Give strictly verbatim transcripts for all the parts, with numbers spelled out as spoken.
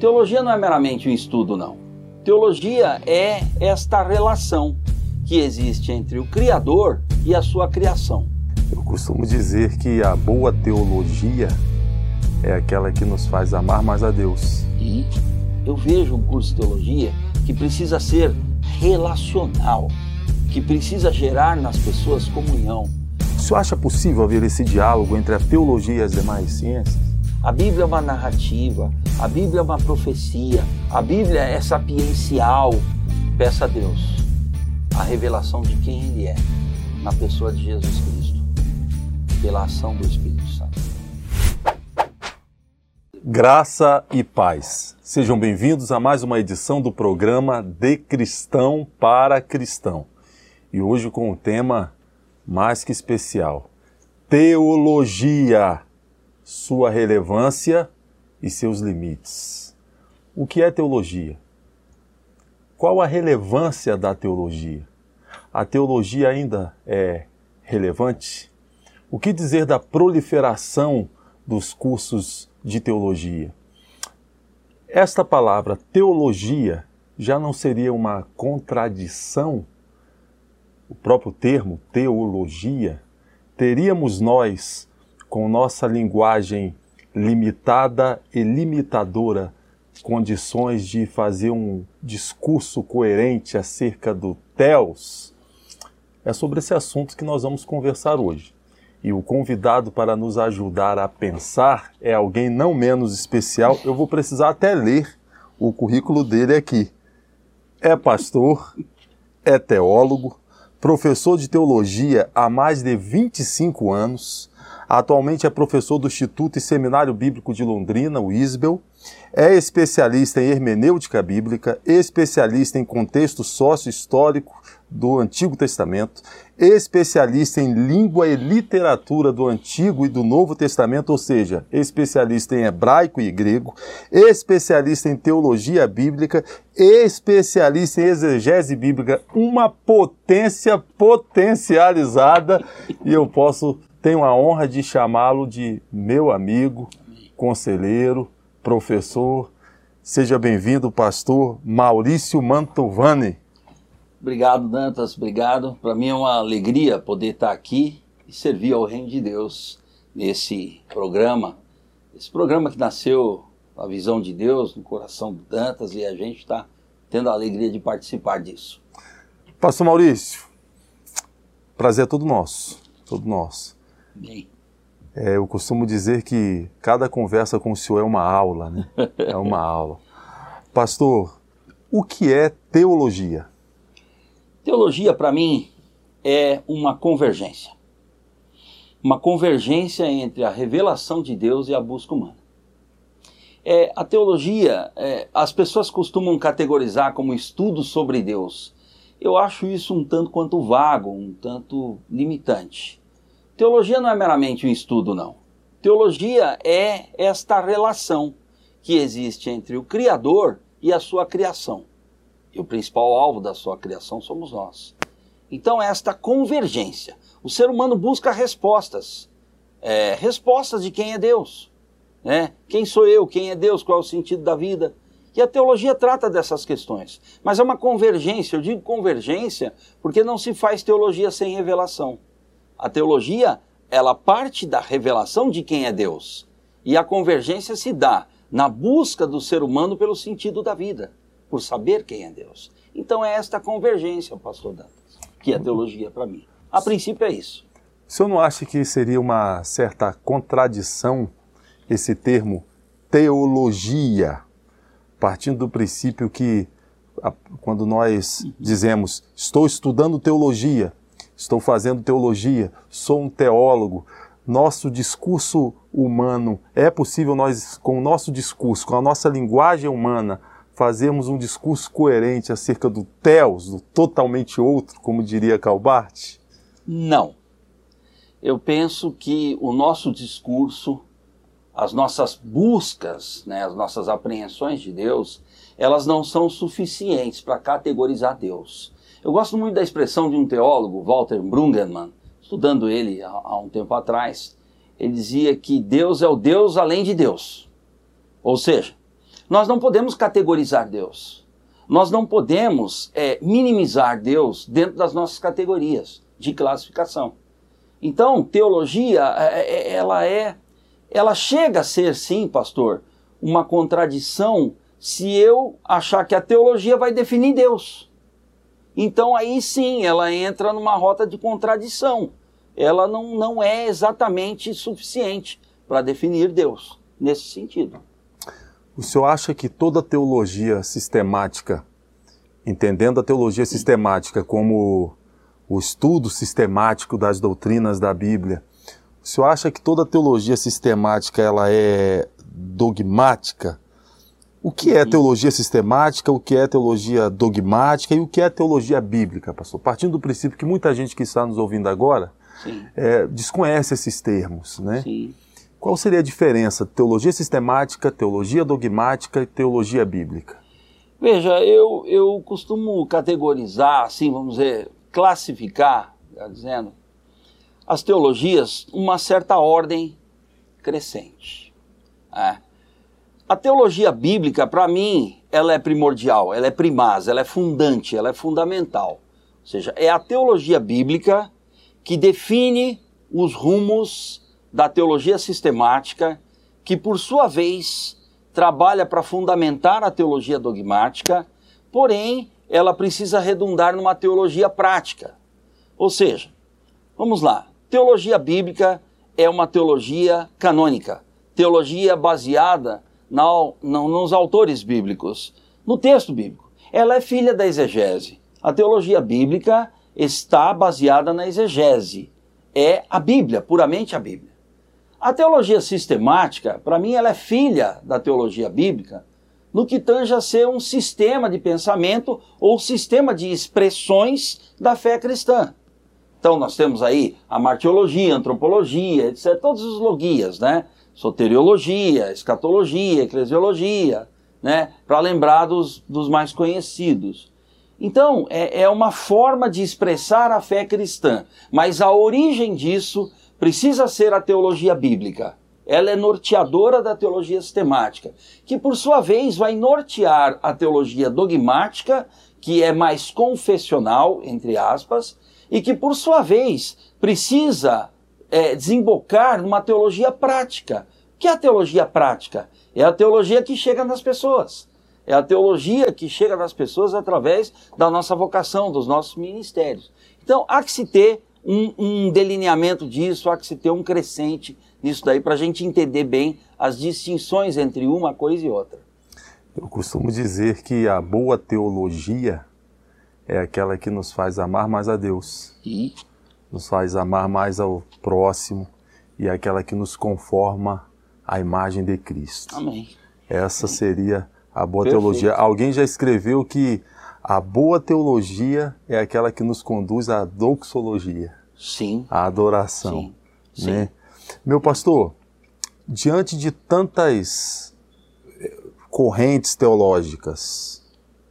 Teologia não é meramente um estudo, não. Teologia é esta relação que existe entre o Criador e a sua criação. Eu costumo dizer que a boa teologia é aquela que nos faz amar mais a Deus. E eu vejo um curso de teologia que precisa ser relacional, que precisa gerar nas pessoas comunhão. O senhor acha possível haver esse diálogo entre a teologia e as demais ciências? A Bíblia é uma narrativa, a Bíblia é uma profecia, a Bíblia é sapiencial. Peça a Deus a revelação de quem Ele é, na pessoa de Jesus Cristo, pela ação do Espírito Santo. Graça e paz. Sejam bem-vindos a mais uma edição do programa De Cristão para Cristão. E hoje com um tema mais que especial: teologia, sua relevância e seus limites. O que é teologia? Qual a relevância da teologia? A teologia ainda é relevante? O que dizer da proliferação dos cursos de teologia? Esta palavra teologia já não seria uma contradição? O próprio termo teologia, teríamos nós, com nossa linguagem limitada e limitadora, condições de fazer um discurso coerente acerca do Theos? É sobre esse assunto que nós vamos conversar hoje. E o convidado para nos ajudar a pensar é alguém não menos especial. Eu vou precisar até ler o currículo dele aqui. É pastor, é teólogo, professor de teologia há mais de vinte e cinco anos, atualmente é professor do Instituto e Seminário Bíblico de Londrina, o I S B E L, é especialista em hermenêutica bíblica, especialista em contexto sócio-histórico do Antigo Testamento, especialista em língua e literatura do Antigo e do Novo Testamento, ou seja, especialista em hebraico e grego, especialista em teologia bíblica, especialista em exegese bíblica, uma potência potencializada, e eu posso, tenho a honra de chamá-lo de meu amigo, conselheiro, professor. Seja bem-vindo, pastor Maurício Mantovani. Obrigado, Dantas, obrigado. Para mim é uma alegria poder estar aqui e servir ao Reino de Deus nesse programa. Esse programa que nasceu a visão de Deus no coração do Dantas e a gente está tendo a alegria de participar disso. Pastor Maurício, prazer é todo nosso, todo nosso. Bem. É, eu costumo dizer que cada conversa com o senhor é uma aula, né? É uma aula. Pastor, o que é teologia? Teologia, para mim, é uma convergência. Uma convergência entre a revelação de Deus e a busca humana. É, a teologia, é, as pessoas costumam categorizar como estudo sobre Deus. Eu acho isso um tanto quanto vago, um tanto limitante. Teologia não é meramente um estudo, não. Teologia é esta relação que existe entre o Criador e a sua criação. E o principal alvo da sua criação somos nós. Então, esta convergência. O ser humano busca respostas. É, respostas de quem é Deus. Né? Quem sou eu? Quem é Deus? Qual é o sentido da vida? E a teologia trata dessas questões. Mas é uma convergência. Eu digo convergência porque não se faz teologia sem revelação. A teologia, ela parte da revelação de quem é Deus. E a convergência se dá na busca do ser humano pelo sentido da vida, por saber quem é Deus. Então é esta convergência, pastor Dantas, que é a teologia para mim. A princípio é isso. O senhor não acha que seria uma certa contradição esse termo teologia, partindo do princípio que quando nós dizemos estou estudando teologia, estou fazendo teologia, sou um teólogo, nosso discurso humano, é possível nós, com o nosso discurso, com a nossa linguagem humana, fazermos um discurso coerente acerca do Theos, do totalmente outro, como diria Calbart? Não. Eu penso que o nosso discurso, as nossas buscas, né, as nossas apreensões de Deus, elas não são suficientes para categorizar Deus. Eu gosto muito da expressão de um teólogo, Walter Brueggemann, estudando ele há, há um tempo atrás. Ele dizia que Deus é o Deus além de Deus. Ou seja, Nós não podemos categorizar Deus. Nós não podemos é, minimizar Deus dentro das nossas categorias de classificação. Então, teologia, ela é, ela chega a ser, sim, pastor, uma contradição se eu achar que a teologia vai definir Deus. Então, aí sim, ela entra numa rota de contradição. Ela não, não é exatamente suficiente para definir Deus, nesse sentido. O senhor acha que toda teologia sistemática, entendendo a teologia sistemática como o estudo sistemático das doutrinas da Bíblia, o senhor acha que toda teologia sistemática ela é dogmática? O que é teologia sistemática, o que é teologia dogmática e o que é teologia bíblica, pastor? Partindo do princípio que muita gente que está nos ouvindo agora é, desconhece esses termos, né? Sim. Qual seria a diferença? Teologia sistemática, teologia dogmática e teologia bíblica? Veja, eu, eu costumo categorizar, assim, vamos dizer, classificar, tá dizendo, as teologias uma certa ordem crescente. É. A teologia bíblica, para mim, ela é primordial, ela é primaz, ela é fundante, ela é fundamental. Ou seja, é a teologia bíblica que define os rumos da teologia sistemática, que por sua vez trabalha para fundamentar a teologia dogmática, porém ela precisa redundar numa teologia prática. Ou seja, vamos lá, teologia bíblica é uma teologia canônica, teologia baseada na, na, nos autores bíblicos, no texto bíblico. Ela é filha da exegese. A teologia bíblica está baseada na exegese. É a Bíblia, puramente a Bíblia. A teologia sistemática, para mim, ela é filha da teologia bíblica no que tange a ser um sistema de pensamento ou sistema de expressões da fé cristã. Então nós temos aí a martiologia, a antropologia, etcétera, todos os logias, né? Soteriologia, escatologia, eclesiologia, né? Para lembrar dos, dos mais conhecidos. Então, é, é uma forma de expressar a fé cristã, mas a origem disso precisa ser a teologia bíblica. Ela é norteadora da teologia sistemática, que por sua vez vai nortear a teologia dogmática, que é mais confessional, entre aspas, e que por sua vez precisa é, desembocar numa teologia prática. O que é a teologia prática? É a teologia que chega nas pessoas. É a teologia que chega nas pessoas através da nossa vocação, dos nossos ministérios. Então, há que se ter um, um delineamento disso, há que se ter um crescente nisso daí, para a gente entender bem as distinções entre uma coisa e outra. Eu costumo dizer que a boa teologia é aquela que nos faz amar mais a Deus, e? nos faz amar mais ao próximo, e é aquela que nos conforma à imagem de Cristo. Amém. Essa Amém. Seria a boa Perfeito. Teologia. Alguém já escreveu que a boa teologia é aquela que nos conduz à doxologia. Sim. À adoração. Sim. Né? Sim. Meu pastor, diante de tantas correntes teológicas,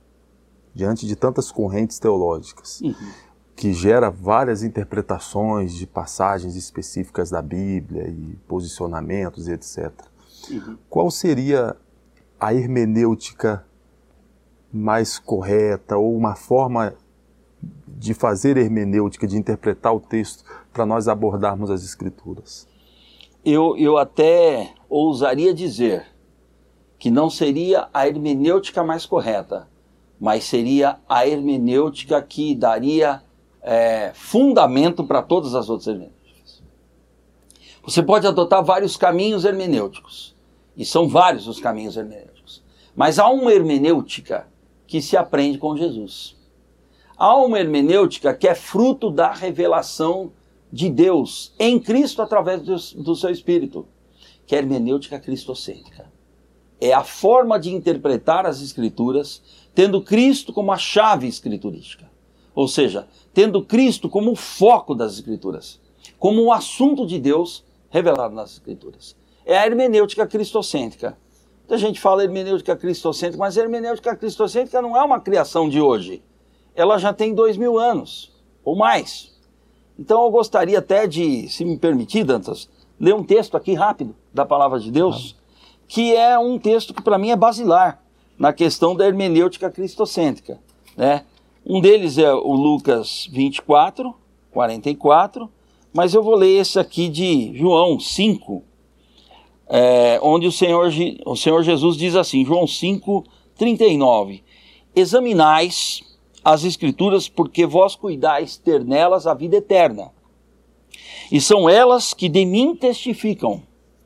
diante de tantas correntes teológicas, uhum. que gera várias interpretações de passagens específicas da Bíblia e posicionamentos e etcétera. Uhum. Qual seria a hermenêutica mais correta ou uma forma de fazer hermenêutica, de interpretar o texto para nós abordarmos as Escrituras? Eu, eu até ousaria dizer que não seria a hermenêutica mais correta, mas seria a hermenêutica que daria é, fundamento para todas as outras hermenêuticas. Você pode adotar vários caminhos hermenêuticos, e são vários os caminhos hermenêuticos, mas há uma hermenêutica que se aprende com Jesus. Há uma hermenêutica que é fruto da revelação de Deus em Cristo através do, do seu Espírito, que é a hermenêutica cristocêntrica. É a forma de interpretar as Escrituras tendo Cristo como a chave escriturística. Ou seja, tendo Cristo como o foco das Escrituras, como o assunto de Deus revelado nas Escrituras. É a hermenêutica cristocêntrica. Muita gente fala hermenêutica cristocêntrica, mas a hermenêutica cristocêntrica não é uma criação de hoje. Ela já tem dois mil anos, ou mais. Então eu gostaria até de, se me permitir, Dantas, ler um texto aqui rápido da Palavra de Deus, que é um texto que para mim é basilar na questão da hermenêutica cristocêntrica, né? Um deles é o Lucas vinte e quatro, quarenta e quatro, mas eu vou ler esse aqui de João cinco, é, onde o Senhor, o Senhor Jesus diz assim, João cinco, trinta e nove, examinais as Escrituras, porque vós cuidais ter nelas a vida eterna, e são elas que de mim testificam,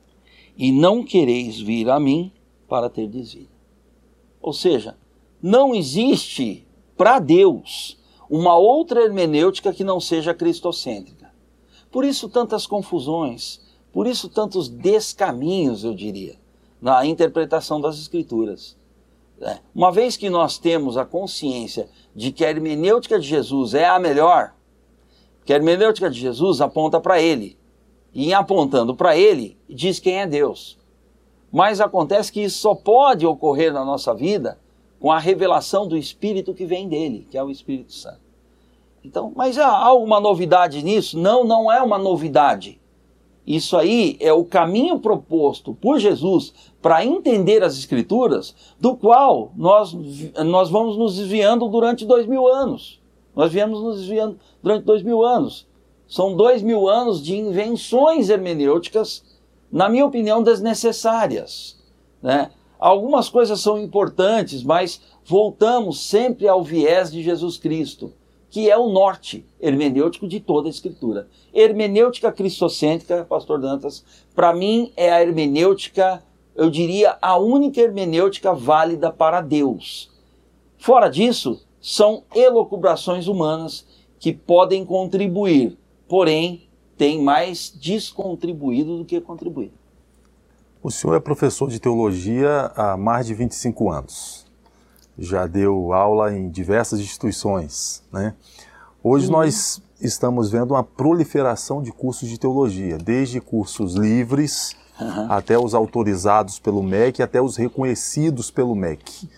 e não quereis vir a mim para ter vida. Ou seja, não existe para Deus uma outra hermenêutica que não seja cristocêntrica. Por isso tantas confusões, por isso tantos descaminhos, eu diria, na interpretação das Escrituras. Uma vez que nós temos a consciência de que a hermenêutica de Jesus é a melhor, que a hermenêutica de Jesus aponta para ele, e em apontando para ele, diz quem é Deus. Mas acontece que isso só pode ocorrer na nossa vida com a revelação do Espírito que vem dele, que é o Espírito Santo. Então, mas há alguma novidade nisso? Não, não é uma novidade. Isso aí é o caminho proposto por Jesus para entender as Escrituras, do qual nós, nós vamos nos desviando durante dois mil anos. Nós viemos nos desviando durante dois mil anos. São dois mil anos de invenções hermenêuticas, na minha opinião, desnecessárias, né? Algumas coisas são importantes, mas voltamos sempre ao viés de Jesus Cristo, que é o norte hermenêutico de toda a Escritura. Hermenêutica cristocêntrica, pastor Dantas, para mim é a hermenêutica, eu diria, a única hermenêutica válida para Deus. Fora disso, são elucubrações humanas que podem contribuir, porém, têm mais descontribuído do que contribuído. O senhor é professor de teologia há mais de vinte e cinco anos. Já deu aula em diversas instituições, né? Hoje uhum. nós estamos vendo uma proliferação de cursos de teologia, desde cursos livres, uhum. até os autorizados pelo M E C, até os reconhecidos pelo M E C.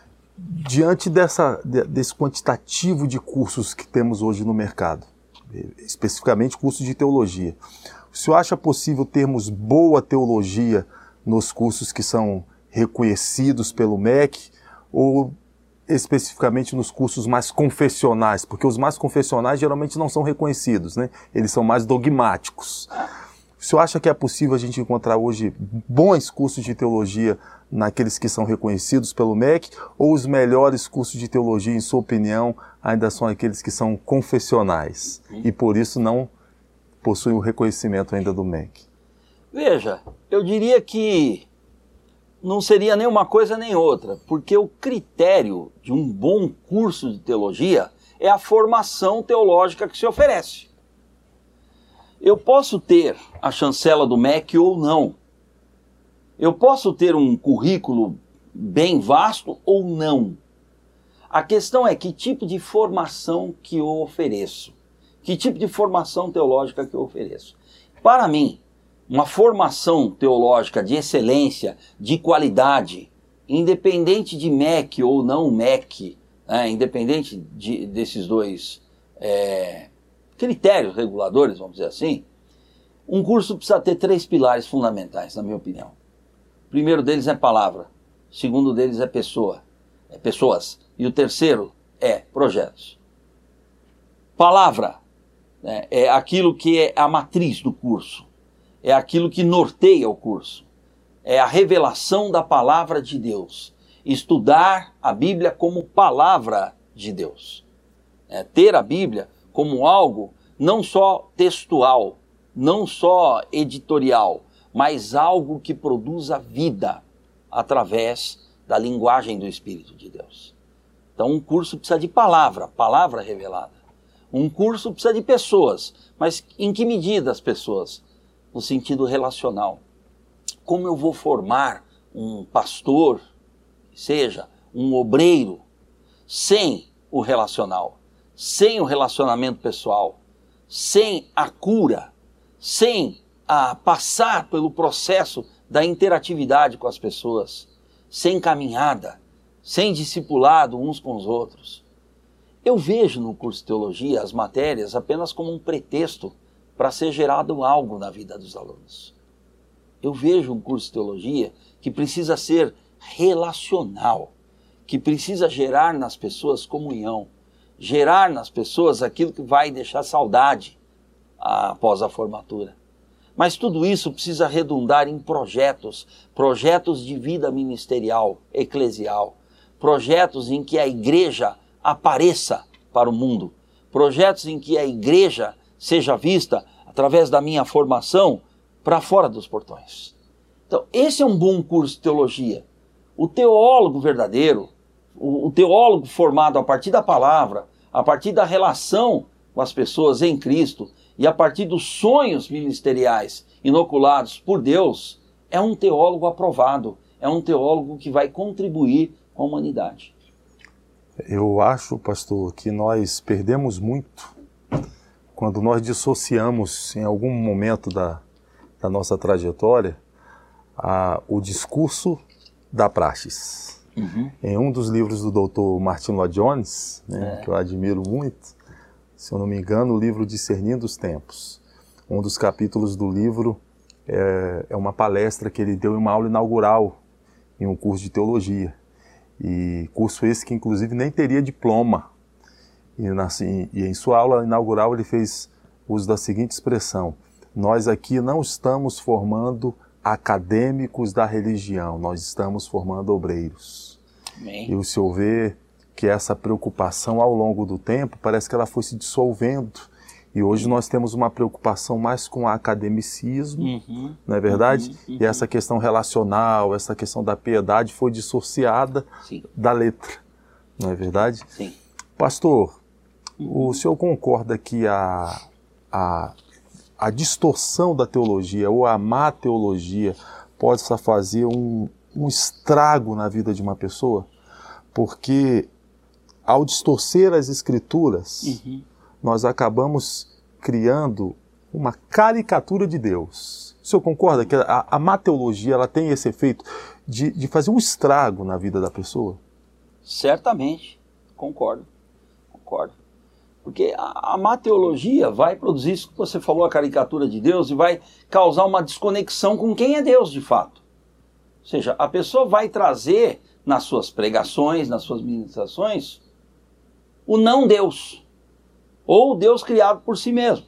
Diante dessa, desse quantitativo de cursos que temos hoje no mercado, especificamente cursos de teologia, o senhor acha possível termos boa teologia nos cursos que são reconhecidos pelo M E C, ou especificamente nos cursos mais confessionais? Porque os mais confessionais geralmente não são reconhecidos, né? Eles são mais dogmáticos. O senhor acha que é possível a gente encontrar hoje bons cursos de teologia naqueles que são reconhecidos pelo M E C, ou os melhores cursos de teologia, em sua opinião, ainda são aqueles que são confessionais e por isso não possuem o reconhecimento ainda do M E C? Veja, eu diria que não seria nem uma coisa nem outra, porque o critério de um bom curso de teologia é a formação teológica que se oferece. Eu posso ter a chancela do M E C ou não. Eu posso ter um currículo bem vasto ou não. A questão é que tipo de formação que eu ofereço. Que tipo de formação teológica que eu ofereço. Para mim, uma formação teológica de excelência, de qualidade, independente de M E C ou não M E C, né, independente de, desses dois é, critérios reguladores, vamos dizer assim, um curso precisa ter três pilares fundamentais, na minha opinião. O primeiro deles é palavra, o segundo deles é pessoa, é pessoas, e o terceiro é projetos. Palavra, né, é aquilo que é a matriz do curso, é aquilo que norteia o curso, é a revelação da palavra de Deus, estudar a Bíblia como palavra de Deus, é ter a Bíblia como algo não só textual, não só editorial, mas algo que produza vida através da linguagem do Espírito de Deus. Então um curso precisa de palavra, palavra revelada. Um curso precisa de pessoas, mas em que medida as pessoas? No sentido relacional. Como eu vou formar um pastor, seja um obreiro, sem o relacional, sem o relacionamento pessoal, sem a cura, sem a passar pelo processo da interatividade com as pessoas, sem caminhada, sem discipulado uns com os outros. Eu vejo no curso de teologia as matérias apenas como um pretexto para ser gerado algo na vida dos alunos. Eu vejo um curso de teologia que precisa ser relacional, que precisa gerar nas pessoas comunhão, gerar nas pessoas aquilo que vai deixar saudade após a formatura. Mas tudo isso precisa redundar em projetos, projetos de vida ministerial, eclesial, projetos em que a igreja apareça para o mundo, projetos em que a igreja seja vista através da minha formação para fora dos portões. Então, esse é um bom curso de teologia. O teólogo verdadeiro, o, o teólogo formado a partir da palavra, a partir da relação com as pessoas em Cristo e a partir dos sonhos ministeriais inoculados por Deus, é um teólogo aprovado, é um teólogo que vai contribuir com a humanidade. Eu acho, pastor, que nós perdemos muito quando nós dissociamos em algum momento da, da nossa trajetória a, o discurso da praxis. Uhum. Em um dos livros do doutor Martin Lloyd Jones, né, é. que eu admiro muito, se eu não me engano, o livro Discernindo os Tempos, um dos capítulos do livro é, é uma palestra que ele deu em uma aula inaugural em um curso de teologia. E curso esse que inclusive nem teria diploma. E, assim, e em sua aula inaugural ele fez uso da seguinte expressão: nós aqui não estamos formando acadêmicos da religião, nós estamos formando obreiros. Amém. E o senhor vê que essa preocupação ao longo do tempo parece que ela foi se dissolvendo. E hoje nós temos uma preocupação mais com o academicismo, uhum, não é verdade? Uhum, uhum. E essa questão relacional, essa questão da piedade foi dissociada Sim. da letra, não é verdade? Sim. Pastor, uhum. o senhor concorda que a, a, a distorção da teologia ou a má teologia pode fazer um, um estrago na vida de uma pessoa? Porque ao distorcer as escrituras, uhum. nós acabamos criando uma caricatura de Deus. O senhor concorda que a, a má teologia ela tem esse efeito de, de fazer um estrago na vida da pessoa? Certamente, concordo, concordo. Porque a, a má teologia vai produzir isso que você falou, a caricatura de Deus, e vai causar uma desconexão com quem é Deus de fato. Ou seja, a pessoa vai trazer nas suas pregações, nas suas ministrações, o não Deus. Ou Deus criado por si mesmo.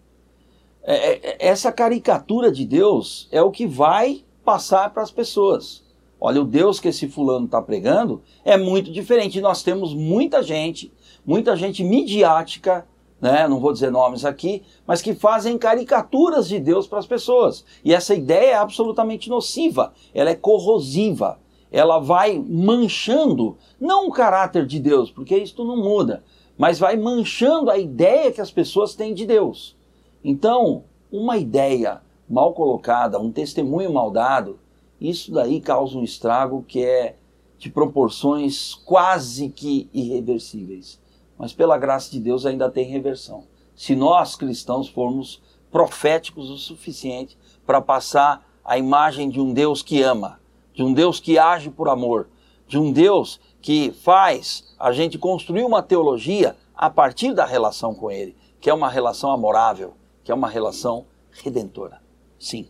É, é, essa caricatura de Deus é o que vai passar para as pessoas. Olha, o Deus que esse fulano está pregando é muito diferente. E nós temos muita gente, muita gente midiática, né, não vou dizer nomes aqui, mas que fazem caricaturas de Deus para as pessoas. E essa ideia é absolutamente nociva, ela é corrosiva. Ela vai manchando, não o caráter de Deus, porque isso não muda, mas vai manchando a ideia que as pessoas têm de Deus. Então, uma ideia mal colocada, um testemunho mal dado, isso daí causa um estrago que é de proporções quase que irreversíveis. Mas pela graça de Deus ainda tem reversão. Se nós cristãos formos proféticos o suficiente para passar a imagem de um Deus que ama, de um Deus que age por amor, de um Deus que faz a gente construir uma teologia a partir da relação com Ele, que é uma relação amorável, que é uma relação redentora. Sim.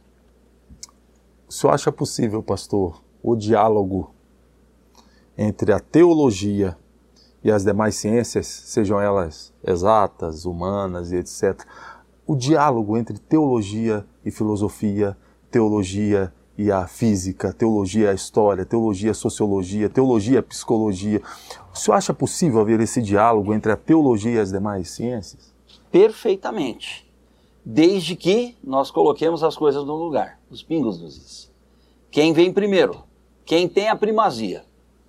O senhor acha possível, pastor, o diálogo entre a teologia e as demais ciências, sejam elas exatas, humanas e etcétera, o diálogo entre teologia e filosofia, teologia e a física, teologia e a história, teologia e a sociologia, teologia e a psicologia. O senhor acha possível haver esse diálogo entre a teologia e as demais ciências? Perfeitamente. Desde que nós coloquemos as coisas no lugar, os pingos nos is. Quem vem primeiro? Quem tem a primazia?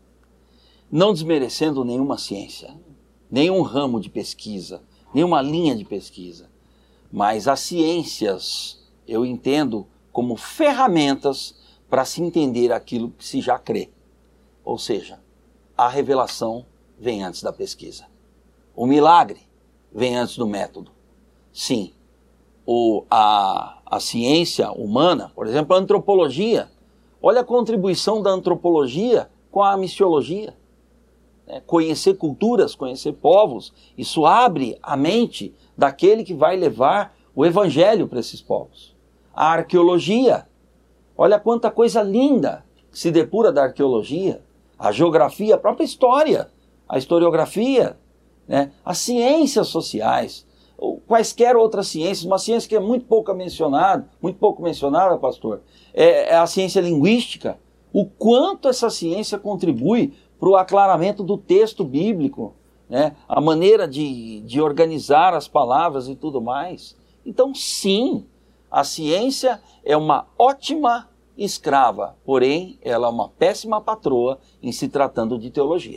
Não desmerecendo nenhuma ciência, nenhum ramo de pesquisa, nenhuma linha de pesquisa. Mas as ciências, eu entendo como ferramentas para se entender aquilo que se já crê. Ou seja, a revelação vem antes da pesquisa. O milagre vem antes do método. Sim, o, a, a ciência humana, por exemplo, a antropologia, olha a contribuição da antropologia com a missiologia. É, conhecer culturas, conhecer povos, isso abre a mente daquele que vai levar o evangelho para esses povos. A arqueologia, Olha quanta coisa linda se depura da arqueologia, a geografia, a própria história, a historiografia, né? As ciências sociais, ou quaisquer outras ciências, uma ciência que é muito pouco mencionada, muito pouco mencionada, pastor, é, é a ciência linguística. O quanto essa ciência contribui para o aclaramento do texto bíblico, né? A maneira de, de organizar as palavras e tudo mais. Então, sim, a ciência é uma ótima escrava, porém, ela é uma péssima patroa em se tratando de teologia.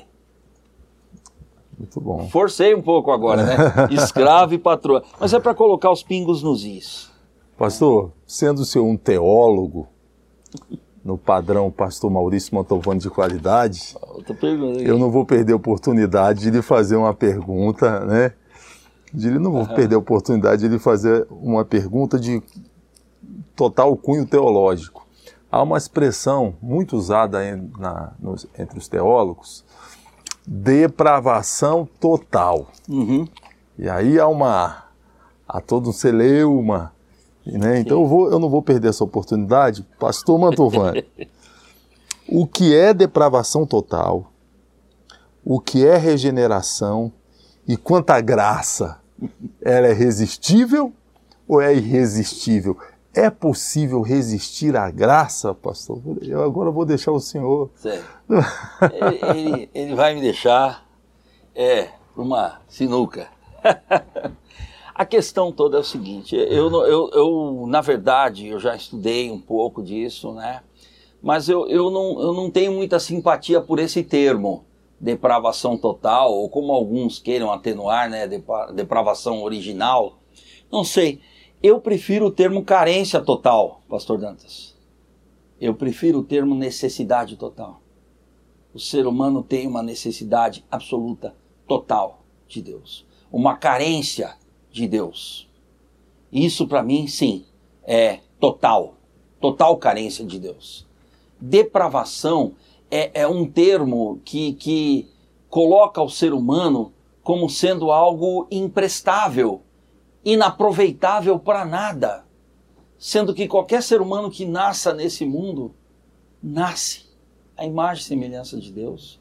Muito bom. Forcei um pouco agora, né? Escrava e patroa. Mas é para colocar os pingos nos is. Pastor, sendo o senhor um teólogo, no padrão pastor Maurício Mantovani de qualidade, outra pergunta aqui. Eu não vou perder a oportunidade de lhe fazer uma pergunta, né? De, não vou uhum. perder a oportunidade de lhe fazer uma pergunta de total cunho teológico. Há uma expressão muito usada em, na, nos, entre os teólogos, depravação total. Uhum. E aí há uma, há todo um celeuma, né? Então eu, vou, eu não vou perder essa oportunidade. Pastor Mantovani, o que é depravação total? O que é regeneração? E quanta graça? Ela é resistível ou é irresistível? É possível resistir à graça, pastor? Eu agora vou deixar o senhor... Certo. ele, ele, ele vai me deixar é, uma sinuca. A questão toda é o seguinte, eu, eu, eu, na verdade, eu já estudei um pouco disso, né? Mas eu, eu, não, eu não tenho muita simpatia por esse termo, depravação total, ou como alguns queiram atenuar, né? Depravação original. Não sei. Eu prefiro o termo carência total, pastor Dantas. Eu prefiro o termo necessidade total. O ser humano tem uma necessidade absoluta, total de Deus. Uma carência de Deus. Isso para mim, sim, é total. Total carência de Deus. Depravação é, é um termo que, que coloca o ser humano como sendo algo imprestável, inaproveitável para nada, sendo que qualquer ser humano que nasça nesse mundo, nasce à imagem e semelhança de Deus.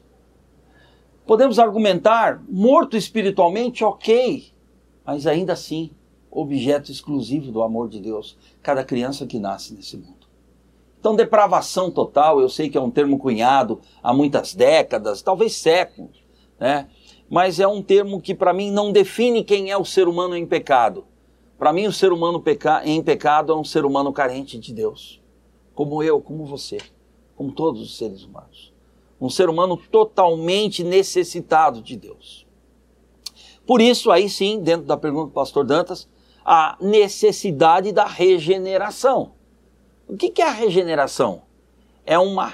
Podemos argumentar, morto espiritualmente, ok, mas ainda assim, objeto exclusivo do amor de Deus, cada criança que nasce nesse mundo. Então, depravação total, eu sei que é um termo cunhado há muitas décadas, talvez séculos, né? Mas é um termo que para mim não define quem é o ser humano em pecado. Para mim o ser humano peca... em pecado é um ser humano carente de Deus. Como eu, como você, como todos os seres humanos. Um ser humano totalmente necessitado de Deus. Por isso, aí sim, dentro da pergunta do pastor Dantas, a necessidade da regeneração. O que é a regeneração? É uma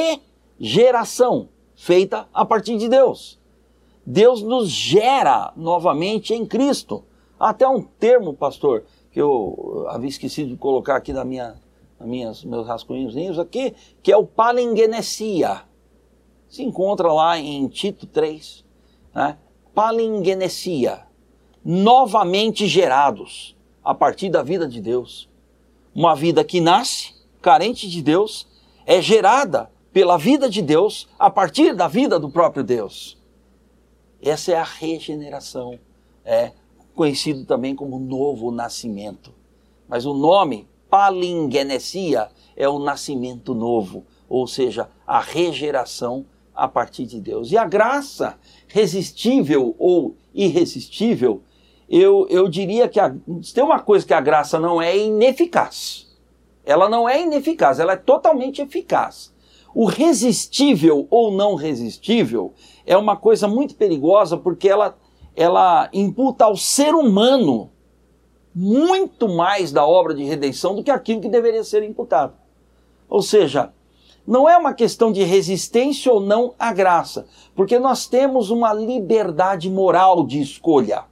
regeração feita a partir de Deus. Deus nos gera novamente em Cristo. Até um termo, pastor, que eu havia esquecido de colocar aqui na minha, na minhas, meus rascunhos aqui, que é o palingenesia. Se encontra lá em Tito três, né? Palingenesia. Novamente gerados a partir da vida de Deus. Uma vida que nasce, carente de Deus, é gerada pela vida de Deus a partir da vida do próprio Deus. Essa é a regeneração, é conhecido também como novo nascimento. Mas o nome palingenesia é o nascimento novo, ou seja, a regeneração a partir de Deus. E a graça resistível ou irresistível, eu, eu diria que a, tem uma coisa que a graça não é ineficaz. Ela não é ineficaz, ela é totalmente eficaz. O resistível ou não resistível é uma coisa muito perigosa porque ela, ela imputa ao ser humano muito mais da obra de redenção do que aquilo que deveria ser imputado. Ou seja, não é uma questão de resistência ou não à graça, porque nós temos uma liberdade moral de escolha.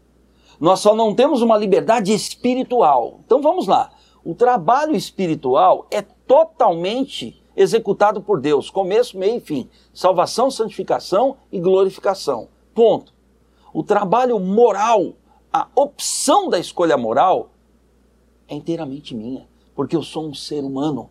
Nós só não temos uma liberdade espiritual. Então vamos lá. O trabalho espiritual é totalmente executado por Deus, começo, meio e fim. Salvação, santificação e glorificação. Ponto. O trabalho moral, a opção da escolha moral é inteiramente minha, porque eu sou um ser humano.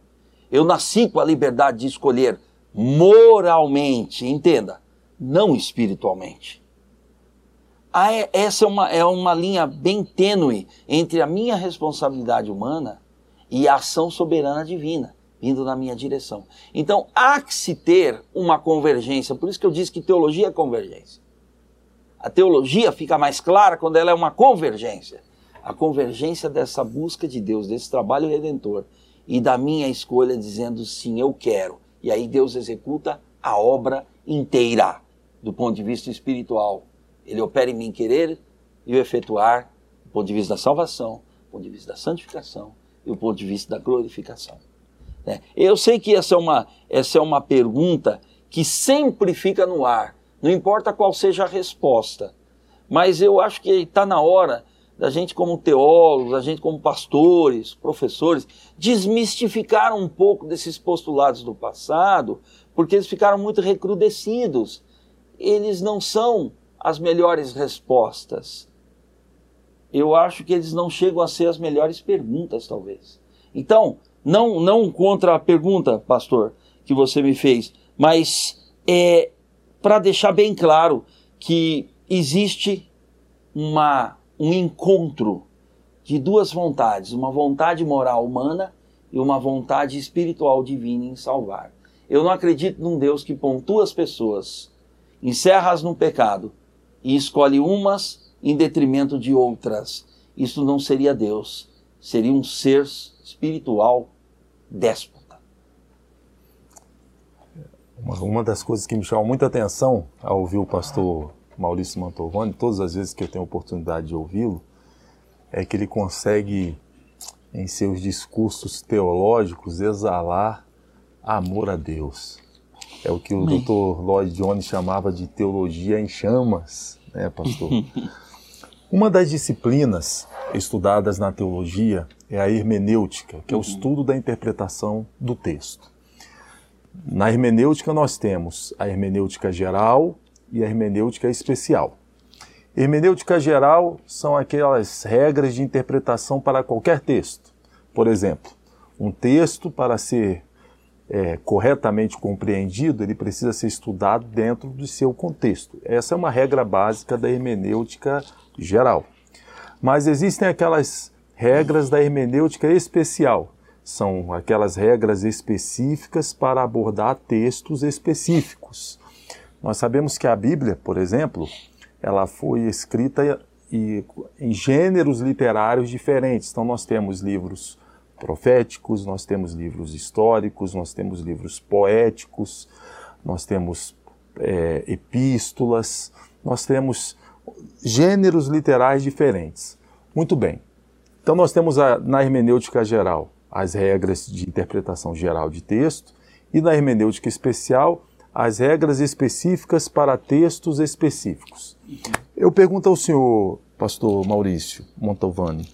Eu nasci com a liberdade de escolher moralmente, entenda, não espiritualmente. Ah, é, essa é uma, é uma linha bem tênue entre a minha responsabilidade humana e a ação soberana divina, vindo na minha direção. Então, há que se ter uma convergência, por isso que eu disse que teologia é convergência. A teologia fica mais clara quando ela é uma convergência. A convergência dessa busca de Deus, desse trabalho redentor, e da minha escolha dizendo sim, eu quero. E aí Deus executa a obra inteira, do ponto de vista espiritual. Ele opera em mim querer e o efetuar, do ponto de vista da salvação, do ponto de vista da santificação e do ponto de vista da glorificação. É. Eu sei que essa é, uma, essa é uma pergunta que sempre fica no ar, não importa qual seja a resposta, mas eu acho que está na hora da gente como teólogos, a gente como pastores, professores, desmistificar um pouco desses postulados do passado, porque eles ficaram muito recrudescidos. Eles não são as melhores respostas. Eu acho que eles não chegam a ser as melhores perguntas, talvez. Então, não, não contra a pergunta, pastor, que você me fez, mas é para deixar bem claro que existe uma, um encontro de duas vontades, uma vontade moral humana e uma vontade espiritual divina em salvar. Eu não acredito num Deus que pontua as pessoas, encerra-as no pecado e escolhe umas em detrimento de outras. Isso não seria Deus, seria um ser espiritual déspota. Uma, uma das coisas que me chama muita atenção ao ouvir o pastor Maurício Mantovani, todas as vezes que eu tenho a oportunidade de ouvi-lo, é que ele consegue, em seus discursos teológicos, exalar amor a Deus. É o que o Amém. doutor Lloyd Jones chamava de teologia em chamas, né, pastor? Uma das disciplinas estudadas na teologia é a hermenêutica, que é o estudo da interpretação do texto. Na hermenêutica nós temos a hermenêutica geral e a hermenêutica especial. Hermenêutica geral são aquelas regras de interpretação para qualquer texto. Por exemplo, um texto, para ser é, corretamente compreendido, ele precisa ser estudado dentro do seu contexto. Essa é uma regra básica da hermenêutica geral. Mas existem aquelas regras da hermenêutica especial. São aquelas regras específicas para abordar textos específicos. Nós sabemos que a Bíblia, por exemplo, ela foi escrita em gêneros literários diferentes. Então nós temos livros proféticos, nós temos livros históricos, nós temos livros poéticos, nós temos é, epístolas, nós temos gêneros literais diferentes. Muito bem. Então nós temos a, na hermenêutica geral as regras de interpretação geral de texto e na hermenêutica especial as regras específicas para textos específicos. Eu pergunto ao senhor, pastor Maurício Mantovani,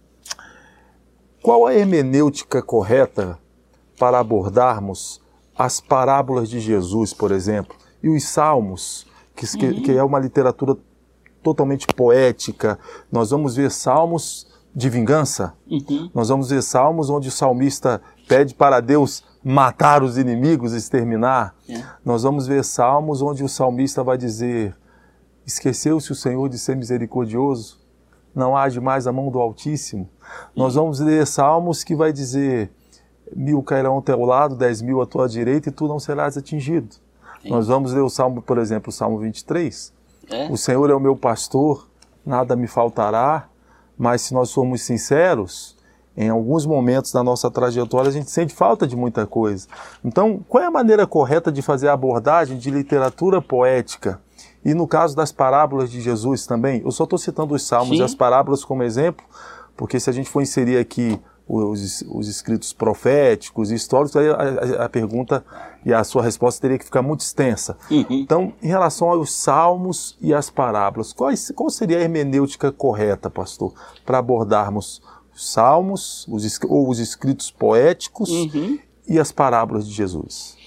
qual a hermenêutica correta para abordarmos as parábolas de Jesus, por exemplo, e os salmos, que, uhum. que é uma literatura totalmente poética? Nós vamos ver salmos de vingança, uhum. nós vamos ver salmos onde o salmista pede para Deus matar os inimigos, exterminar. É. Nós vamos ver salmos onde o salmista vai dizer: esqueceu-se o Senhor de ser misericordioso, não age mais a mão do Altíssimo. Nós vamos ler salmos que vai dizer: mil cairão ao teu lado, dez mil à tua direita e tu não serás atingido. Sim. Nós vamos ler o salmo, por exemplo, o Salmo vinte e três. É. O Senhor é o meu pastor, nada me faltará. Mas se nós formos sinceros, em alguns momentos da nossa trajetória a gente sente falta de muita coisa. Então, qual é a maneira correta de fazer a abordagem de literatura poética? E no caso das parábolas de Jesus também, eu só estou citando os salmos Sim. e as parábolas como exemplo, porque se a gente for inserir aqui os, os escritos proféticos e históricos, aí a, a, a pergunta e a sua resposta teria que ficar muito extensa. Uhum. Então, em relação aos salmos e às parábolas, qual, qual seria a hermenêutica correta, pastor, para abordarmos os salmos, os, ou os escritos poéticos uhum. e as parábolas de Jesus?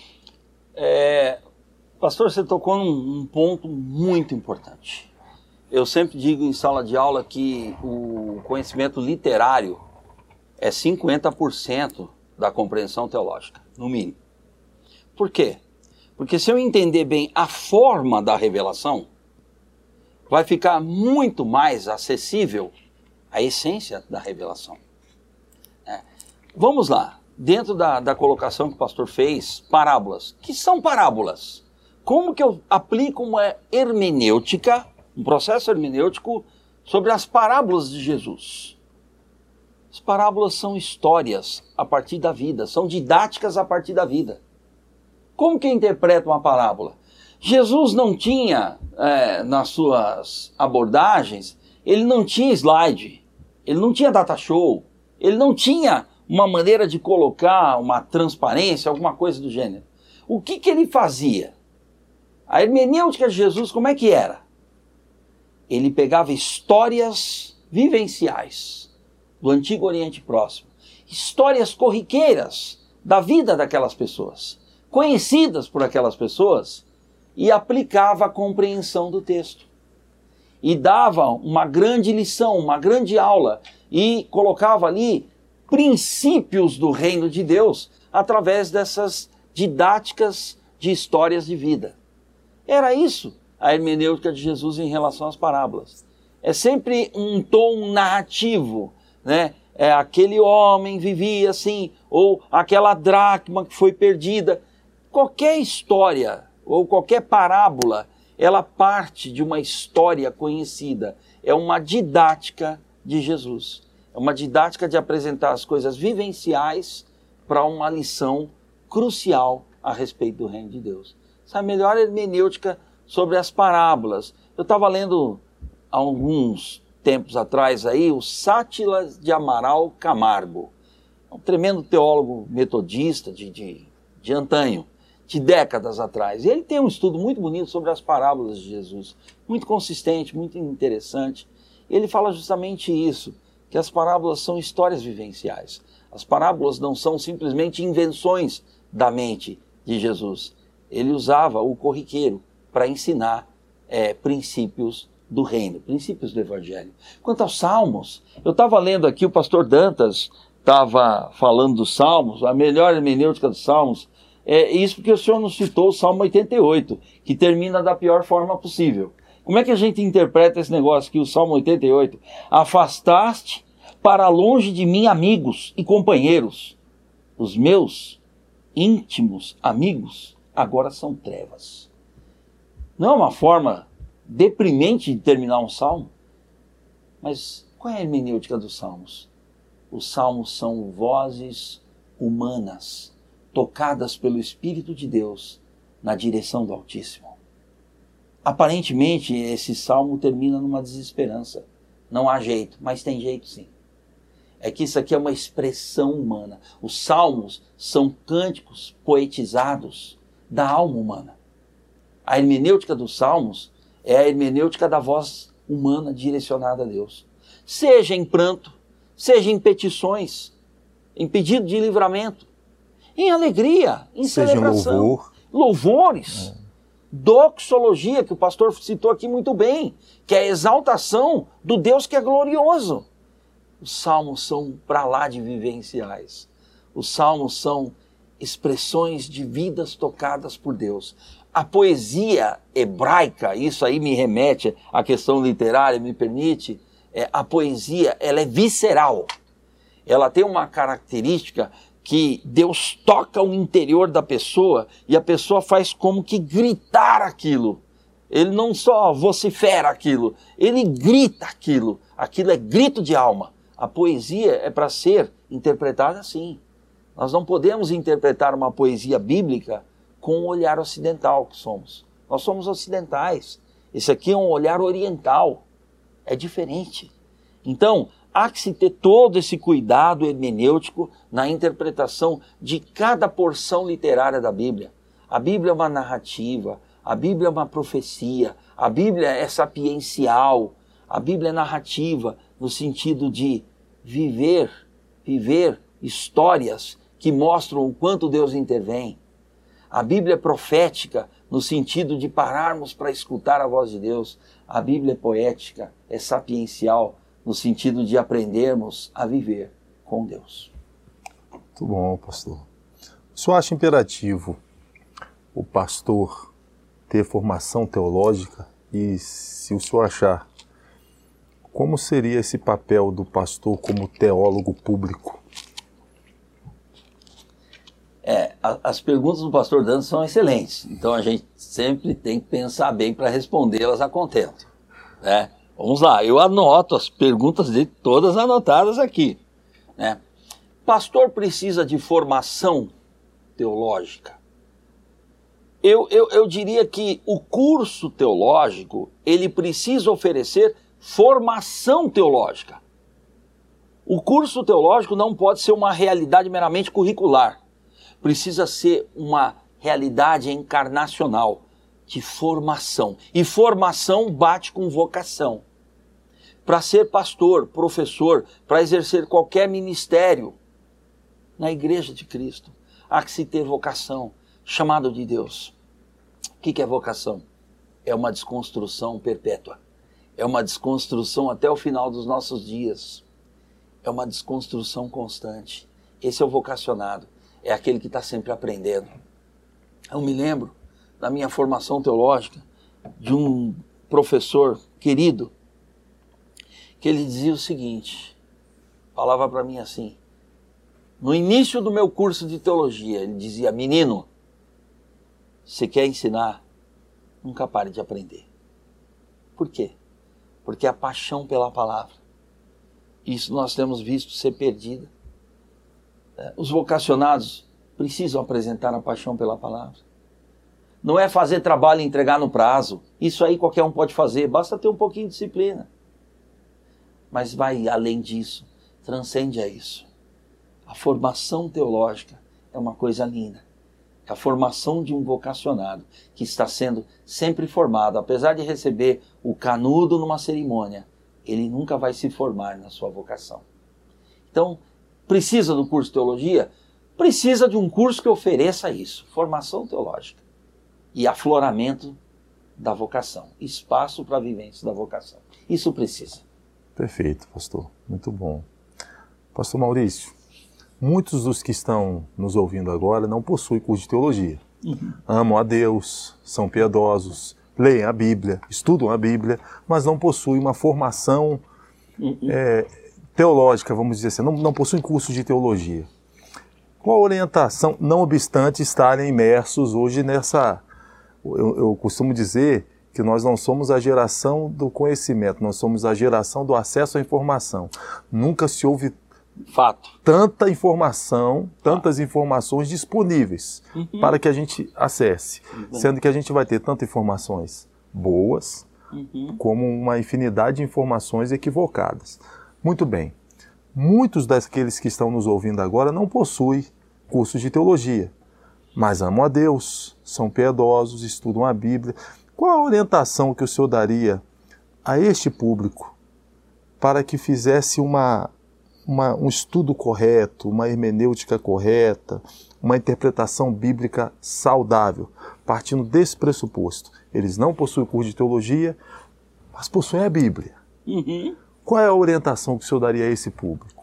É, pastor, você tocou num, num ponto muito importante. Eu sempre digo em sala de aula que o conhecimento literário é cinquenta por cento da compreensão teológica, no mínimo. Por quê? Porque se eu entender bem a forma da revelação, vai ficar muito mais acessível a essência da revelação. É. Vamos lá, dentro da, da colocação que o pastor fez, parábolas. Que são parábolas? Como que eu aplico uma hermenêutica, um processo hermenêutico sobre as parábolas de Jesus? As parábolas são histórias a partir da vida, são didáticas a partir da vida. Como que eu interpreto uma parábola? Jesus não tinha, é, nas suas abordagens, ele não tinha slide, ele não tinha data show, ele não tinha uma maneira de colocar uma transparência, alguma coisa do gênero. O que que ele fazia? A hermenêutica de Jesus, como é que era? Ele pegava histórias vivenciais do Antigo Oriente Próximo, histórias corriqueiras da vida daquelas pessoas, conhecidas por aquelas pessoas, e aplicava a compreensão do texto. E dava uma grande lição, uma grande aula, e colocava ali princípios do reino de Deus através dessas didáticas de histórias de vida. Era isso a hermenêutica de Jesus em relação às parábolas. É sempre um tom narrativo, né? É, aquele homem vivia assim, ou aquela dracma que foi perdida. Qualquer história ou qualquer parábola, ela parte de uma história conhecida. É uma didática de Jesus. É uma didática de apresentar as coisas vivenciais para uma lição crucial a respeito do reino de Deus. Essa é a melhor hermenêutica sobre as parábolas. Eu estava lendo há alguns tempos atrás aí o Sátilas de Amaral Camargo, um tremendo teólogo metodista de, de, de antanho, de décadas atrás. E ele tem um estudo muito bonito sobre as parábolas de Jesus, muito consistente, muito interessante. Ele fala justamente isso, que as parábolas são histórias vivenciais. As parábolas não são simplesmente invenções da mente de Jesus. Ele usava o corriqueiro para ensinar é, princípios do reino, princípios do evangelho. Quanto aos salmos, eu estava lendo aqui, o pastor Dantas estava falando dos salmos, a melhor hermenêutica dos salmos, é isso porque o senhor nos citou o Salmo oitenta e oito, que termina da pior forma possível. Como é que a gente interpreta esse negócio aqui, o Salmo oitenta e oito? Afastaste para longe de mim amigos e companheiros. Os meus íntimos amigos agora são trevas. Não é uma forma deprimente de terminar um salmo? Mas qual é a hermenêutica dos salmos? Os salmos são vozes humanas, tocadas pelo Espírito de Deus na direção do Altíssimo. Aparentemente, esse salmo termina numa desesperança. Não há jeito, mas tem jeito sim. É que isso aqui é uma expressão humana. Os salmos são cânticos poetizados da alma humana. A hermenêutica dos salmos é a hermenêutica da voz humana direcionada a Deus. Seja em pranto, seja em petições, em pedido de livramento, em alegria, em seja celebração, louvor. louvores, é. Doxologia, que o pastor citou aqui muito bem, que é a exaltação do Deus que é glorioso. Os salmos são para lá de vivenciais. Os salmos são expressões de vidas tocadas por Deus. A poesia hebraica, isso aí me remete à questão literária, me permite, é, a poesia ela é visceral. Ela tem uma característica que Deus toca o interior da pessoa e a pessoa faz como que gritar aquilo. Ele não só vocifera aquilo, ele grita aquilo. Aquilo é grito de alma. A poesia é para ser interpretada assim. Nós não podemos interpretar uma poesia bíblica com o olhar ocidental que somos. Nós somos ocidentais. Esse aqui é um olhar oriental. É diferente. Então, há que se ter todo esse cuidado hermenêutico na interpretação de cada porção literária da Bíblia. A Bíblia é uma narrativa, a Bíblia é uma profecia, a Bíblia é sapiencial, a Bíblia é narrativa no sentido de viver, viver histórias que mostram o quanto Deus intervém. A Bíblia é profética no sentido de pararmos para escutar a voz de Deus. A Bíblia é poética, é sapiencial, no sentido de aprendermos a viver com Deus. Muito bom, pastor. O senhor acha imperativo o pastor ter formação teológica? E se o senhor achar, como seria esse papel do pastor como teólogo público? É, a, as perguntas do pastor Dante são excelentes, então a gente sempre tem que pensar bem para respondê-las a contento, né? Vamos lá, eu anoto as perguntas dele todas anotadas aqui, né? Pastor precisa de formação teológica? Eu, eu, eu diria que o curso teológico, ele precisa oferecer formação teológica. O curso teológico não pode ser uma realidade meramente curricular. Precisa ser uma realidade encarnacional, de formação. E formação bate com vocação. Para ser pastor, professor, para exercer qualquer ministério na Igreja de Cristo, há que se ter vocação, chamado de Deus. O que é vocação? É uma desconstrução perpétua. É uma desconstrução até o final dos nossos dias. É uma desconstrução constante. Esse é o vocacionado. É aquele que está sempre aprendendo. Eu me lembro da minha formação teológica de um professor querido que ele dizia o seguinte, falava para mim assim, no início do meu curso de teologia, ele dizia, menino, você quer ensinar? Nunca pare de aprender. Por quê? Porque a paixão pela palavra, isso nós temos visto ser perdida. Os vocacionados precisam apresentar a paixão pela palavra. Não é fazer trabalho e entregar no prazo. Isso aí qualquer um pode fazer, basta ter um pouquinho de disciplina. Mas vai além disso, transcende a isso. A formação teológica é uma coisa linda. É a formação de um vocacionado que está sendo sempre formado. Apesar de receber o canudo numa cerimônia, ele nunca vai se formar na sua vocação. Então, precisa do curso de teologia? Precisa de um curso que ofereça isso, formação teológica e afloramento da vocação, espaço para a vivência da vocação. Isso precisa. Perfeito, pastor. Muito bom. Pastor Maurício, muitos dos que estão nos ouvindo agora não possuem curso de teologia. Uhum. Amam a Deus, são piedosos, leem a Bíblia, estudam a Bíblia, mas não possuem uma formação uhum. é, teológica, vamos dizer assim, não, não possuem curso de teologia. Qual a orientação, não obstante estarem imersos hoje nessa... Eu, eu costumo dizer que nós não somos a geração do conhecimento, nós somos a geração do acesso à informação. Nunca se houve Fato. tanta informação, tantas ah. informações disponíveis uhum. para que a gente acesse. Uhum. Sendo que a gente vai ter tantas informações boas, uhum. como uma infinidade de informações equivocadas. Muito bem. Muitos daqueles que estão nos ouvindo agora não possuem cursos de teologia, mas amam a Deus, são piedosos, estudam a Bíblia. Qual a orientação que o senhor daria a este público para que fizesse uma, uma, um estudo correto, uma hermenêutica correta, uma interpretação bíblica saudável, partindo desse pressuposto? Eles não possuem curso de teologia, mas possuem a Bíblia. Uhum. Qual é a orientação que o senhor daria a esse público?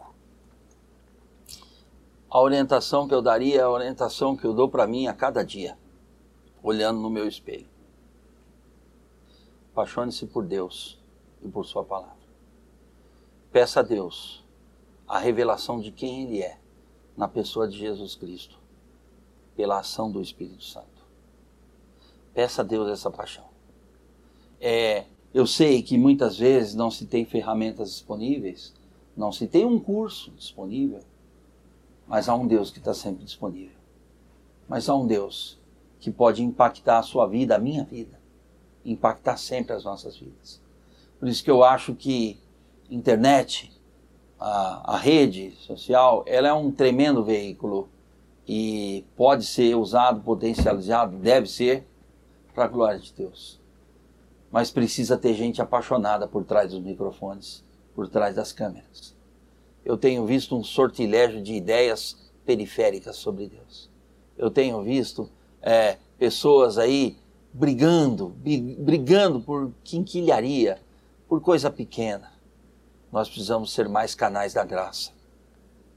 A orientação que eu daria é a orientação que eu dou para mim a cada dia, olhando no meu espelho. Apaixone-se por Deus e por sua palavra. Peça a Deus a revelação de quem Ele é na pessoa de Jesus Cristo, pela ação do Espírito Santo. Peça a Deus essa paixão. É, eu sei que muitas vezes não se tem ferramentas disponíveis, não se tem um curso disponível, mas há um Deus que está sempre disponível. Mas há um Deus que pode impactar a sua vida, a minha vida, impactar sempre as nossas vidas. Por isso que eu acho que internet, a, a rede social, ela é um tremendo veículo e pode ser usado, potencializado, deve ser, para a glória de Deus. Mas precisa ter gente apaixonada por trás dos microfones, por trás das câmeras. Eu tenho visto um sortilégio de ideias periféricas sobre Deus. Eu tenho visto é, pessoas aí brigando, brigando por quinquilharia, por coisa pequena. Nós precisamos ser mais canais da graça.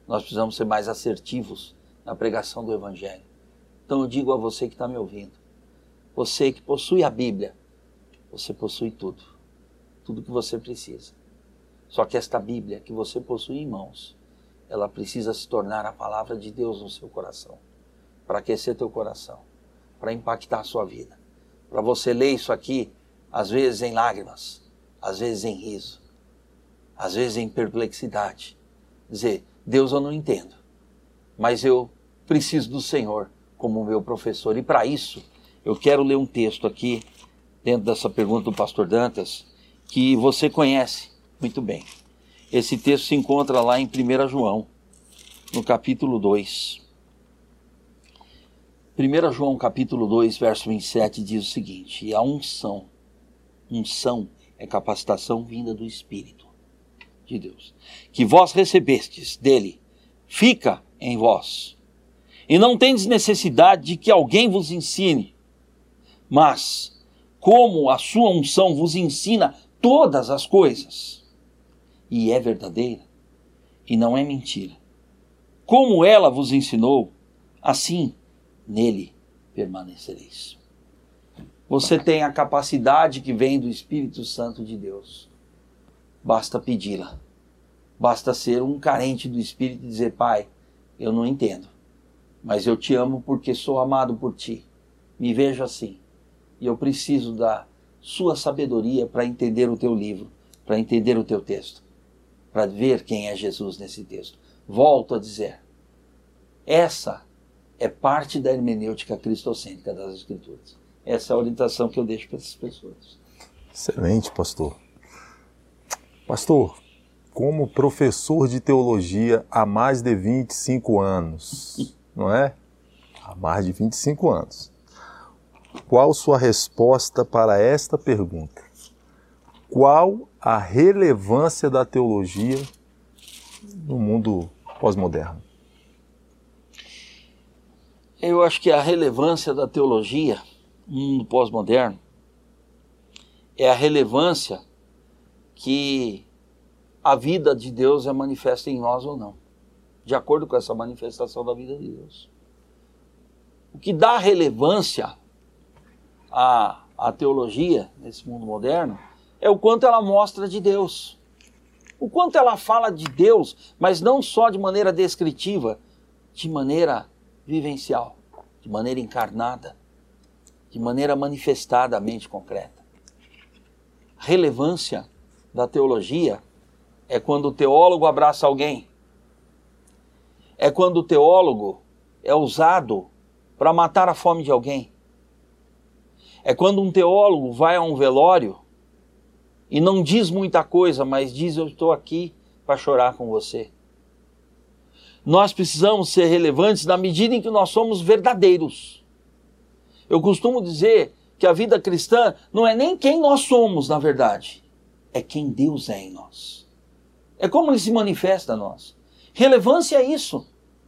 Nós precisamos ser mais assertivos na pregação do Evangelho. Então eu digo a você que está me ouvindo, você que possui a Bíblia, você possui tudo, tudo que você precisa. Só que esta Bíblia que você possui em mãos, ela precisa se tornar a palavra de Deus no seu coração, para aquecer teu coração, para impactar a sua vida, para você ler isso aqui, às vezes em lágrimas, às vezes em riso, às vezes em perplexidade, dizer, Deus, eu não entendo, mas eu preciso do Senhor como meu professor. E para isso, eu quero ler um texto aqui, dentro dessa pergunta do pastor Dantas, que você conhece muito bem. Esse texto se encontra lá em primeira João, no capítulo dois. primeira João, capítulo dois, verso vinte e sete, diz o seguinte: e a unção, unção é capacitação vinda do Espírito de Deus, que vós recebestes dele, fica em vós, e não tendes necessidade de que alguém vos ensine, mas como a sua unção vos ensina todas as coisas, e é verdadeira, e não é mentira, como ela vos ensinou, assim nele permanecereis. Você tem a capacidade que vem do Espírito Santo de Deus. Basta pedi-la. Basta ser um carente do Espírito e dizer, Pai, eu não entendo, mas eu te amo porque sou amado por ti. Me vejo assim. E eu preciso da sua sabedoria para entender o teu livro, para entender o teu texto, para ver quem é Jesus nesse texto. Volto a dizer, essa é parte da hermenêutica cristocêntrica das Escrituras. Essa é a orientação que eu deixo para essas pessoas. Excelente, pastor. Pastor, como professor de teologia há mais de vinte e cinco anos, não é? Há mais de vinte e cinco anos. Qual sua resposta para esta pergunta? Qual a relevância da teologia no mundo pós-moderno? Eu acho que a relevância da teologia no mundo pós-moderno é a relevância que a vida de Deus é manifesta em nós ou não, de acordo com essa manifestação da vida de Deus. O que dá relevância à, à teologia nesse mundo moderno é o quanto ela mostra de Deus, o quanto ela fala de Deus, mas não só de maneira descritiva, de maneira vivencial, de maneira encarnada, de maneira manifestadamente concreta. A relevância da teologia é quando o teólogo abraça alguém, é quando o teólogo é usado para matar a fome de alguém, é quando um teólogo vai a um velório e não diz muita coisa, mas diz, eu estou aqui para chorar com você. Nós precisamos ser relevantes na medida em que nós somos verdadeiros. Eu costumo dizer que a vida cristã não é nem quem nós somos, na verdade, é quem Deus é em nós. É como Ele se manifesta a nós. Relevância é isso.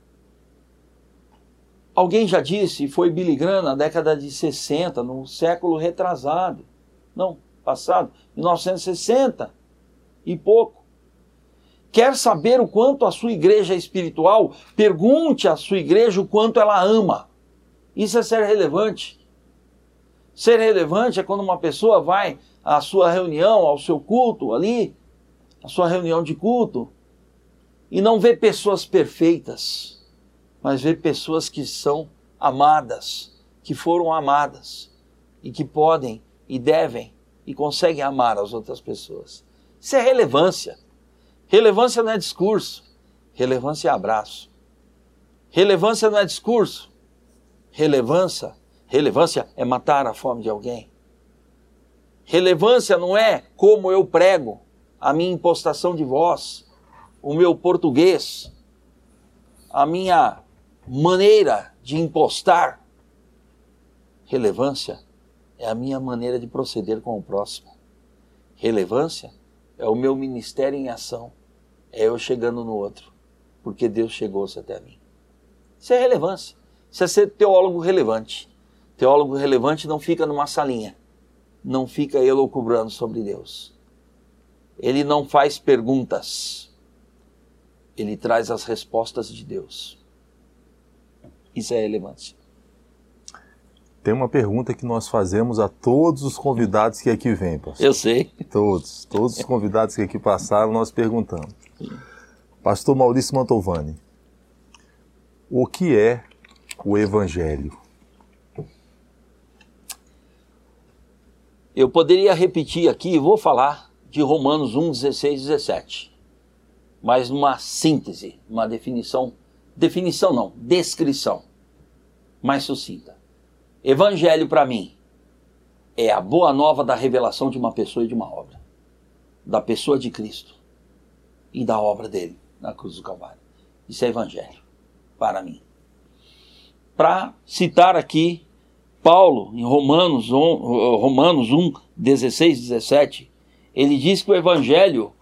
Alguém já disse, foi Billy Graham na década de sessenta, no século retrasado, não, passado, mil novecentos e sessenta e pouco. Quer saber o quanto a sua igreja é espiritual? Pergunte à sua igreja o quanto ela ama. Isso é ser relevante. Ser relevante é quando uma pessoa vai à sua reunião, ao seu culto ali, a sua reunião de culto, e não vê pessoas perfeitas, mas vê pessoas que são amadas, que foram amadas, e que podem e devem e conseguem amar as outras pessoas. Isso é relevância. Relevância não é discurso, relevância é abraço. Relevância não é discurso, relevância, relevância é matar a fome de alguém. Relevância não é como eu prego, a minha impostação de voz, o meu português, a minha maneira de impostar. Relevância é a minha maneira de proceder com o próximo. Relevância é o meu ministério em ação, é eu chegando no outro, porque Deus chegou-se até mim. Isso é relevância, isso é ser teólogo relevante. Teólogo relevante não fica numa salinha, não fica elucubrando sobre Deus. Ele não faz perguntas. ele traz as respostas de Deus. Isso é relevância. Tem uma pergunta que nós fazemos a todos os convidados que aqui vêm, pastor. Eu sei. Todos, todos os convidados que aqui passaram, nós perguntamos. Pastor Maurício Mantovani, o que é o Evangelho? Eu poderia repetir aqui, vou falar de Romanos um, dezesseis e dezessete. Mas numa síntese, uma definição, definição não, descrição mais sucinta. Evangelho para mim é a boa nova da revelação de uma pessoa e de uma obra. Da pessoa de Cristo e da obra dele na cruz do Calvário. Isso é evangelho para mim. Para citar aqui Paulo em Romanos, Romanos um, dezesseis e dezessete, ele diz que o evangelho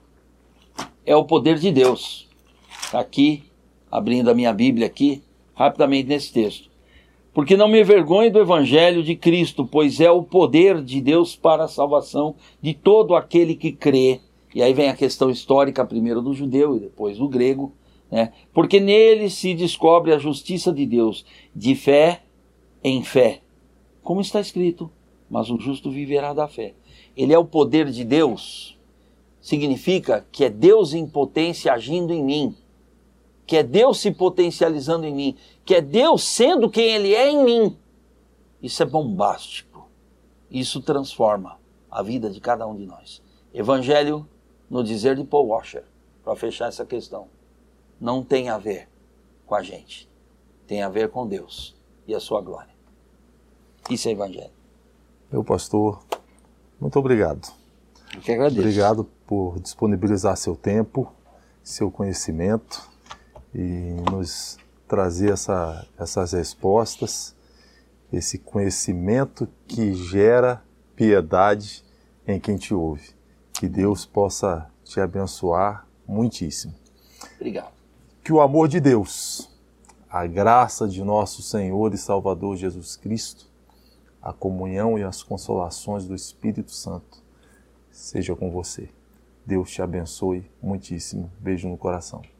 é o poder de Deus. Está aqui, abrindo a minha Bíblia aqui, rapidamente nesse texto. Porque não me envergonho do evangelho de Cristo, pois é o poder de Deus para a salvação de todo aquele que crê. E aí vem a questão histórica, primeiro do judeu e depois do grego, né? Porque nele se descobre a justiça de Deus, de fé em fé. Como está escrito, mas o justo viverá da fé. Ele é o poder de Deus, significa que é Deus em potência agindo em mim, que é Deus se potencializando em mim, que é Deus sendo quem Ele é em mim. Isso é bombástico. Isso transforma a vida de cada um de nós. Evangelho, no dizer de Paul Washer, para fechar essa questão, não tem a ver com a gente. Tem a ver com Deus e a sua glória. Isso é Evangelho. Meu pastor, muito obrigado. Eu que agradeço. Obrigado por disponibilizar seu tempo, seu conhecimento e nos trazer essa, essas respostas, esse conhecimento que gera piedade em quem te ouve. Que Deus possa te abençoar muitíssimo. Obrigado. Que o amor de Deus, a graça de nosso Senhor e Salvador Jesus Cristo, a comunhão e as consolações do Espírito Santo seja com você. Deus te abençoe muitíssimo. Beijo no coração.